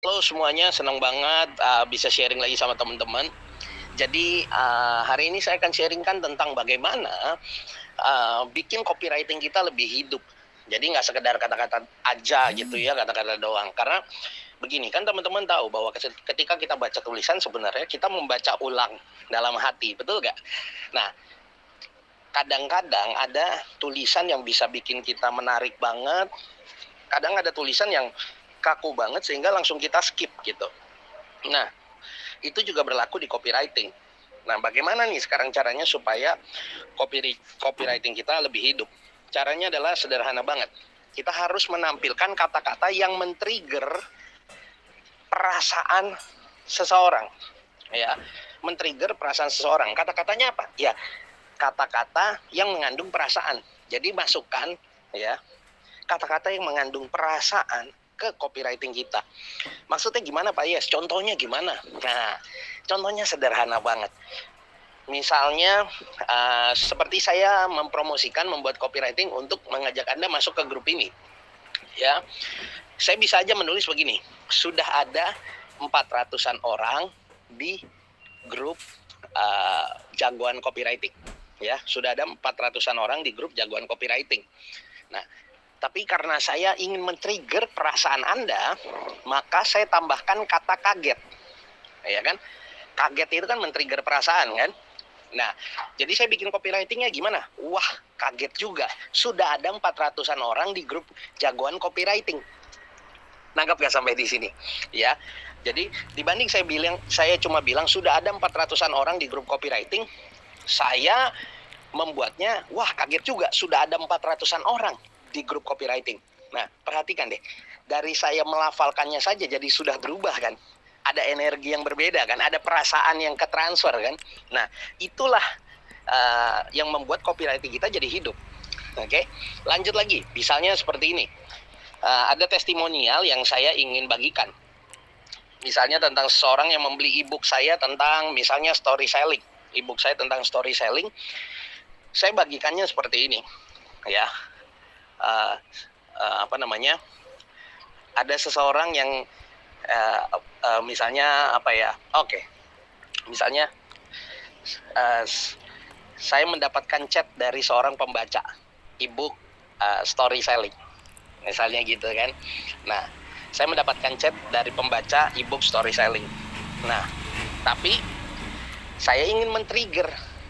Halo semuanya, senang banget bisa sharing lagi sama teman-teman. Jadi hari ini saya akan sharingkan tentang bagaimana bikin copywriting kita lebih hidup. Jadi nggak sekedar kata-kata aja gitu ya, kata-kata doang. Karena begini kan teman-teman tahu bahwa ketika kita baca tulisan sebenarnya kita membaca ulang dalam hati, betul nggak? Nah, kadang-kadang ada tulisan yang bisa bikin kita menarik banget. Kadang ada tulisan yang kaku banget sehingga langsung kita skip gitu. Nah, itu juga berlaku di copywriting. Nah, bagaimana nih sekarang caranya supaya copywriting kita lebih hidup? Caranya adalah sederhana banget. Kita harus menampilkan kata-kata yang men-trigger perasaan seseorang. Ya, men-trigger perasaan seseorang. Kata-katanya apa? Ya, kata-kata yang mengandung perasaan. Jadi masukkan ya kata-kata yang mengandung perasaan ke copywriting kita. Maksudnya gimana Pak Yes? Contohnya gimana? Nah, contohnya sederhana banget. Misalnya seperti saya membuat copywriting untuk mengajak Anda masuk ke grup ini. Ya, saya bisa aja menulis begini. Sudah ada 400-an orang di grup jagoan copywriting. Ya, sudah ada 400-an orang di grup jagoan copywriting. Nah, tapi karena saya ingin men-trigger perasaan Anda, maka saya tambahkan kata kaget. Ya kan? Kaget itu kan men-trigger perasaan kan? Nah, jadi saya bikin copywritingnya gimana? Wah, kaget juga. Sudah ada 400-an orang di grup jagoan copywriting. Nangkap gak sampai di sini? Ya. Jadi dibanding saya cuma bilang sudah ada 400-an orang di grup copywriting, saya membuatnya, wah kaget juga, sudah ada 400-an orang di grup copywriting. Nah, perhatikan deh, dari saya melafalkannya saja jadi sudah berubah kan. Ada energi yang berbeda kan, ada perasaan yang ketransfer kan. Nah, itulah yang membuat copywriting kita jadi hidup. Oke, lanjut lagi, misalnya seperti ini. Ada testimonial yang saya ingin bagikan. Misalnya tentang seseorang yang membeli ebook saya tentang misalnya story selling. Ebook saya tentang story selling. Saya bagikannya seperti ini, ya. Ada seseorang yang misalnya apa ya? Oke. Misalnya saya mendapatkan chat dari seorang pembaca ebook story selling. Misalnya gitu kan. Nah, saya mendapatkan chat dari pembaca ebook story selling. Nah, tapi saya ingin men-trigger,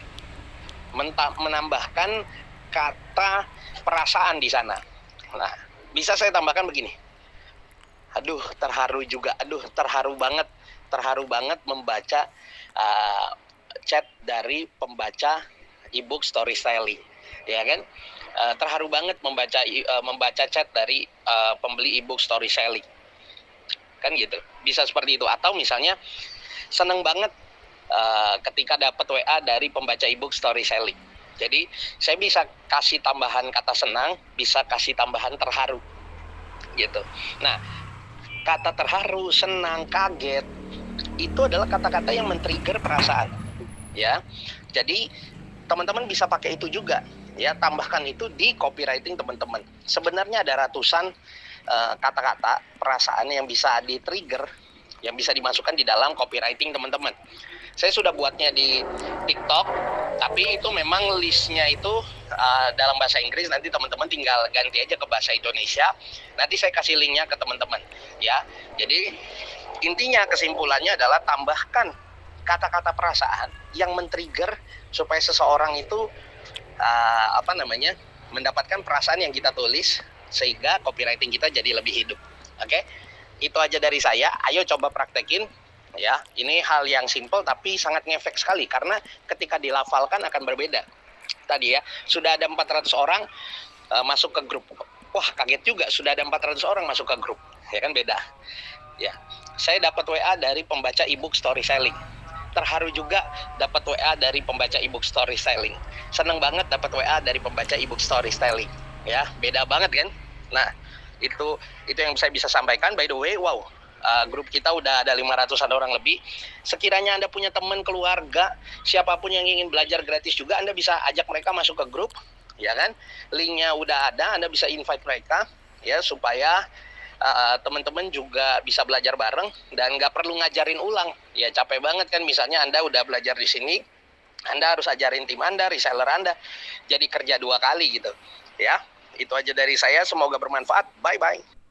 menambahkan kata perasaan di sana. Nah, bisa saya tambahkan begini. Aduh, terharu juga. Aduh, terharu banget membaca chat dari pembaca ebook storytelling, ya kan? Terharu banget membaca chat dari pembeli ebook storytelling, kan gitu. Bisa seperti itu. Atau misalnya seneng banget ketika dapat WA dari pembaca ebook storytelling. Jadi saya bisa kasih tambahan kata senang, bisa kasih tambahan terharu, gitu. Nah, kata terharu, senang, kaget itu adalah kata-kata yang men-trigger perasaan, ya. Jadi teman-teman bisa pakai itu juga, ya. Tambahkan itu di copywriting teman-teman. Sebenarnya ada ratusan kata-kata perasaan yang bisa di-trigger, yang bisa dimasukkan di dalam copywriting teman-teman. Saya sudah buatnya di TikTok, tapi itu memang listnya itu dalam bahasa Inggris. Nanti teman-teman tinggal ganti aja ke bahasa Indonesia. Nanti saya kasih linknya ke teman-teman, ya. Jadi intinya kesimpulannya adalah tambahkan kata-kata perasaan yang men-trigger supaya seseorang itu mendapatkan perasaan yang kita tulis sehingga copywriting kita jadi lebih hidup. Oke? Itu aja dari saya. Ayo coba praktekin. Ya, ini hal yang simple tapi sangat ngefek sekali karena ketika dilafalkan akan berbeda. Tadi ya, sudah ada 400 orang masuk ke grup. Wah, kaget juga sudah ada 400 orang masuk ke grup. Ya kan beda. Ya. Saya dapat WA dari pembaca ebook story selling. Terharu juga dapat WA dari pembaca ebook story selling. Senang banget dapat WA dari pembaca ebook story selling. Ya, beda banget kan? Nah, itu yang saya bisa sampaikan. By the way, wow, grup kita udah ada 500-an orang lebih. Sekiranya Anda punya teman, keluarga, siapapun yang ingin belajar gratis juga, Anda bisa ajak mereka masuk ke grup, ya kan? Linknya udah ada, Anda bisa invite mereka, ya, supaya teman-teman juga bisa belajar bareng dan nggak perlu ngajarin ulang. Ya capek banget kan, misalnya Anda udah belajar di sini, Anda harus ajarin tim Anda, reseller Anda, jadi kerja 2 kali gitu. Ya, itu aja dari saya, semoga bermanfaat. Bye-bye.